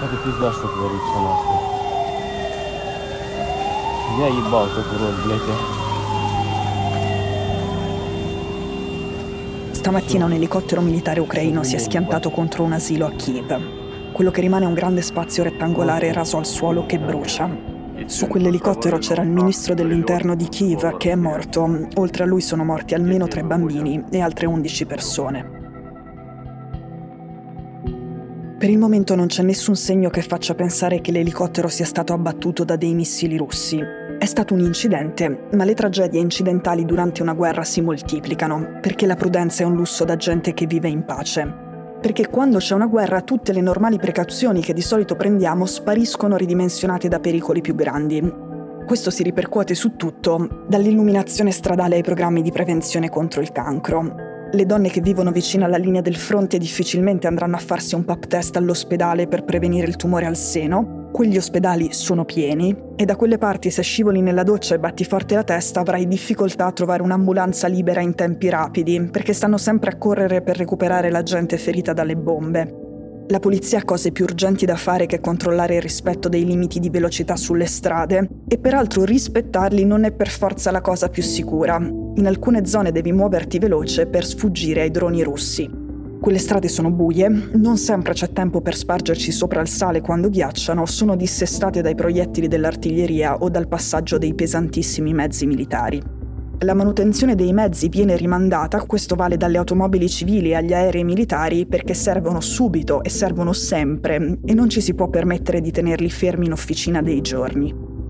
это пизда, что творится нахуй. Я ебал тот урод, блядь. Stamattina un elicottero militare ucraino si è schiantato contro un asilo a Kiev. Quello che rimane è un grande spazio rettangolare raso al suolo che brucia. Su quell'elicottero c'era il ministro dell'interno di Kiev che è morto. Oltre a lui sono morti almeno 3 bambini e altre 11 persone. Per il momento non c'è nessun segno che faccia pensare che l'elicottero sia stato abbattuto da dei missili russi. È stato un incidente, ma le tragedie incidentali durante una guerra si moltiplicano, perché la prudenza è un lusso da gente che vive in pace. Perché quando c'è una guerra tutte le normali precauzioni che di solito prendiamo spariscono ridimensionate da pericoli più grandi. Questo si ripercuote su tutto, dall'illuminazione stradale ai programmi di prevenzione contro il cancro. Le donne che vivono vicino alla linea del fronte difficilmente andranno a farsi un pap test all'ospedale per prevenire il tumore al seno. Quegli ospedali sono pieni e da quelle parti se scivoli nella doccia e batti forte la testa avrai difficoltà a trovare un'ambulanza libera in tempi rapidi perché stanno sempre a correre per recuperare la gente ferita dalle bombe. La polizia ha cose più urgenti da fare che controllare il rispetto dei limiti di velocità sulle strade e peraltro rispettarli non è per forza la cosa più sicura. In alcune zone devi muoverti veloce per sfuggire ai droni russi. Quelle strade sono buie, non sempre c'è tempo per spargerci sopra il sale quando ghiacciano, sono dissestate dai proiettili dell'artiglieria o dal passaggio dei pesantissimi mezzi militari. La manutenzione dei mezzi viene rimandata, questo vale dalle automobili civili agli aerei militari, perché servono subito e servono sempre e non ci si può permettere di tenerli fermi in officina dei giorni.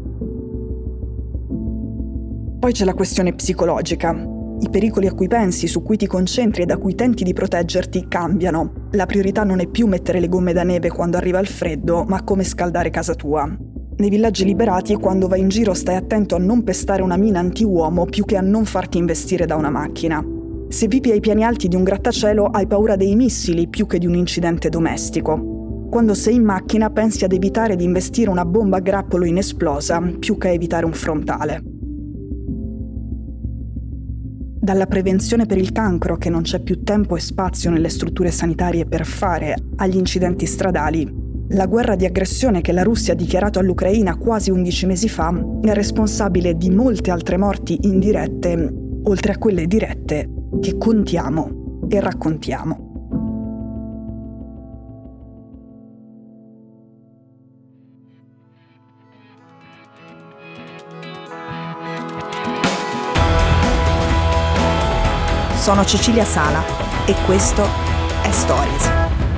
Poi c'è la questione psicologica. I pericoli a cui pensi, su cui ti concentri e da cui tenti di proteggerti cambiano. La priorità non è più mettere le gomme da neve quando arriva il freddo, ma come scaldare casa tua. Nei villaggi liberati, quando vai in giro stai attento a non pestare una mina anti-uomo più che a non farti investire da una macchina. Se vivi ai piani alti di un grattacielo hai paura dei missili più che di un incidente domestico. Quando sei in macchina pensi ad evitare di investire una bomba a grappolo inesplosa più che a evitare un frontale. Dalla prevenzione per il cancro, che non c'è più tempo e spazio nelle strutture sanitarie per fare, agli incidenti stradali, la guerra di aggressione che la Russia ha dichiarato all'Ucraina quasi 11 mesi fa è responsabile di molte altre morti indirette, oltre a quelle dirette, che contiamo e raccontiamo. Sono Cecilia Sala e questo è Stories.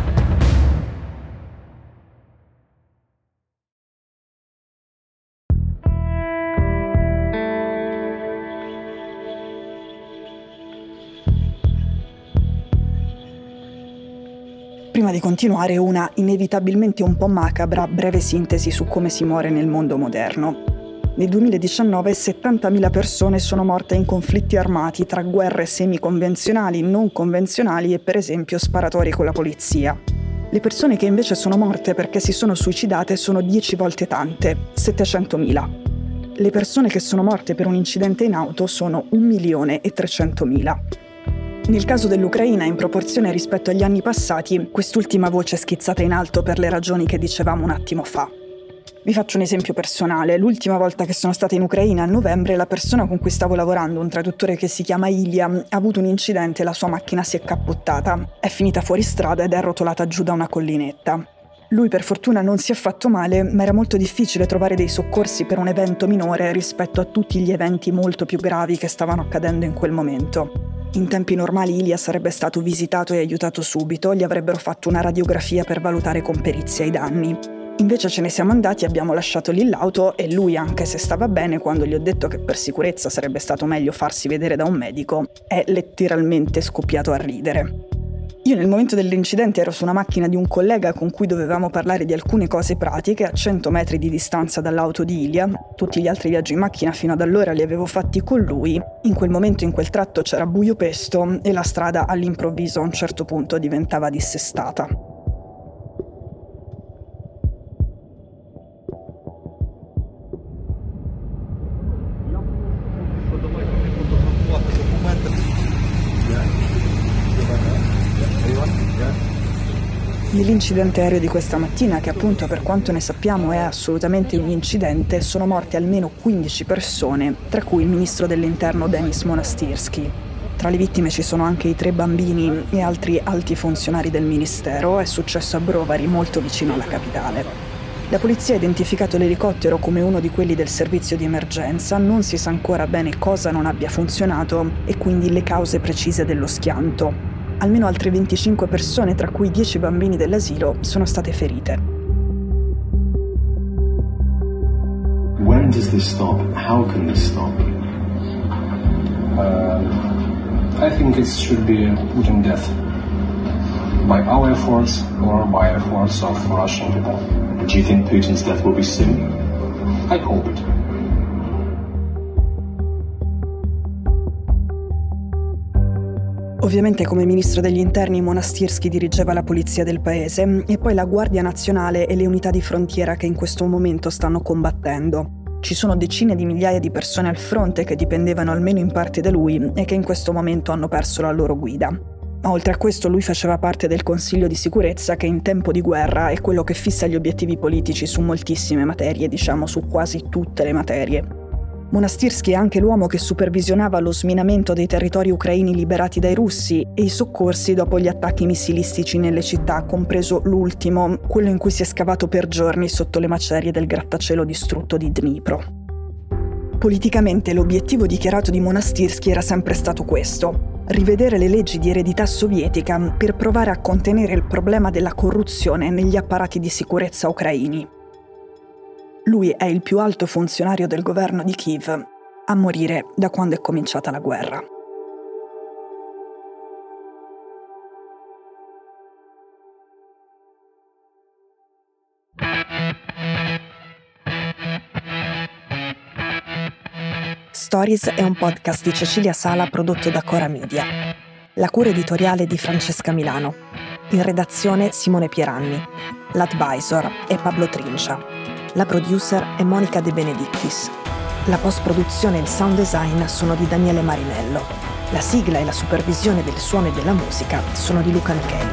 Prima di continuare, una inevitabilmente un po' macabra breve sintesi su come si muore nel mondo moderno. Nel 2019 70.000 persone sono morte in conflitti armati tra guerre semiconvenzionali, non convenzionali e per esempio sparatori con la polizia. Le persone che invece sono morte perché si sono suicidate sono 10 volte tante, 700.000. Le persone che sono morte per un incidente in auto sono 1.300.000. Nel caso dell'Ucraina, in proporzione rispetto agli anni passati, quest'ultima voce è schizzata in alto per le ragioni che dicevamo un attimo fa. Vi faccio un esempio personale. L'ultima volta che sono stata in Ucraina, a novembre, la persona con cui stavo lavorando, un traduttore che si chiama Ilya, ha avuto un incidente e la sua macchina si è cappottata. È finita fuori strada ed è rotolata giù da una collinetta. Lui per fortuna non si è fatto male, ma era molto difficile trovare dei soccorsi per un evento minore rispetto a tutti gli eventi molto più gravi che stavano accadendo in quel momento. In tempi normali Ilya sarebbe stato visitato e aiutato subito, gli avrebbero fatto una radiografia per valutare con perizia i danni. Invece ce ne siamo andati, abbiamo lasciato lì l'auto e lui, anche se stava bene, quando gli ho detto che per sicurezza sarebbe stato meglio farsi vedere da un medico, è letteralmente scoppiato a ridere. Io nel momento dell'incidente ero su una macchina di un collega con cui dovevamo parlare di alcune cose pratiche a 100 metri di distanza dall'auto di Ilya. Tutti gli altri viaggi in macchina fino ad allora li avevo fatti con lui. In quel momento, in quel tratto, c'era buio pesto e la strada all'improvviso a un certo punto diventava dissestata. Nell'incidente aereo di questa mattina, che appunto per quanto ne sappiamo è assolutamente un incidente, sono morte almeno 15 persone, tra cui il ministro dell'interno Denis Monastyrsky. Tra le vittime ci sono anche i 3 bambini e altri alti funzionari del ministero. È successo a Brovary, molto vicino alla capitale. La polizia ha identificato l'elicottero come uno di quelli del servizio di emergenza, non si sa ancora bene cosa non abbia funzionato e quindi le cause precise dello schianto. Almeno altre 25 persone, tra cui 10 bambini dell'asilo, sono state ferite. When does this stop? How can this stop? I think it should be put in death by our efforts or by efforts of Russian people. Do you think Putin's death will be soon? I hope it. Ovviamente come ministro degli interni Monastyrsky dirigeva la polizia del paese e poi la Guardia Nazionale e le unità di frontiera che in questo momento stanno combattendo. Ci sono decine di migliaia di persone al fronte che dipendevano almeno in parte da lui e che in questo momento hanno perso la loro guida. Ma oltre a questo lui faceva parte del Consiglio di sicurezza che in tempo di guerra è quello che fissa gli obiettivi politici su moltissime materie, diciamo su quasi tutte le materie. Monastyrsky è anche l'uomo che supervisionava lo sminamento dei territori ucraini liberati dai russi e i soccorsi dopo gli attacchi missilistici nelle città, compreso l'ultimo, quello in cui si è scavato per giorni sotto le macerie del grattacielo distrutto di Dnipro. Politicamente l'obiettivo dichiarato di Monastyrsky era sempre stato questo: rivedere le leggi di eredità sovietica per provare a contenere il problema della corruzione negli apparati di sicurezza ucraini. Lui è il più alto funzionario del governo di Kiev a morire da quando è cominciata la guerra. Stories è un podcast di Cecilia Sala prodotto da Cora Media. La cura editoriale di Francesca Milano. In redazione Simone Pieranni. L'advisor è Pablo Trincia. La producer è Monica De Benedictis. La post-produzione e il sound design sono di Daniele Marinello. La sigla e la supervisione del suono e della musica sono di Luca Micheli.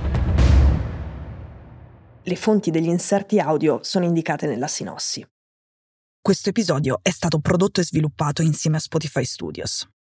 Le fonti degli inserti audio sono indicate nella sinossi. Questo episodio è stato prodotto e sviluppato insieme a Spotify Studios.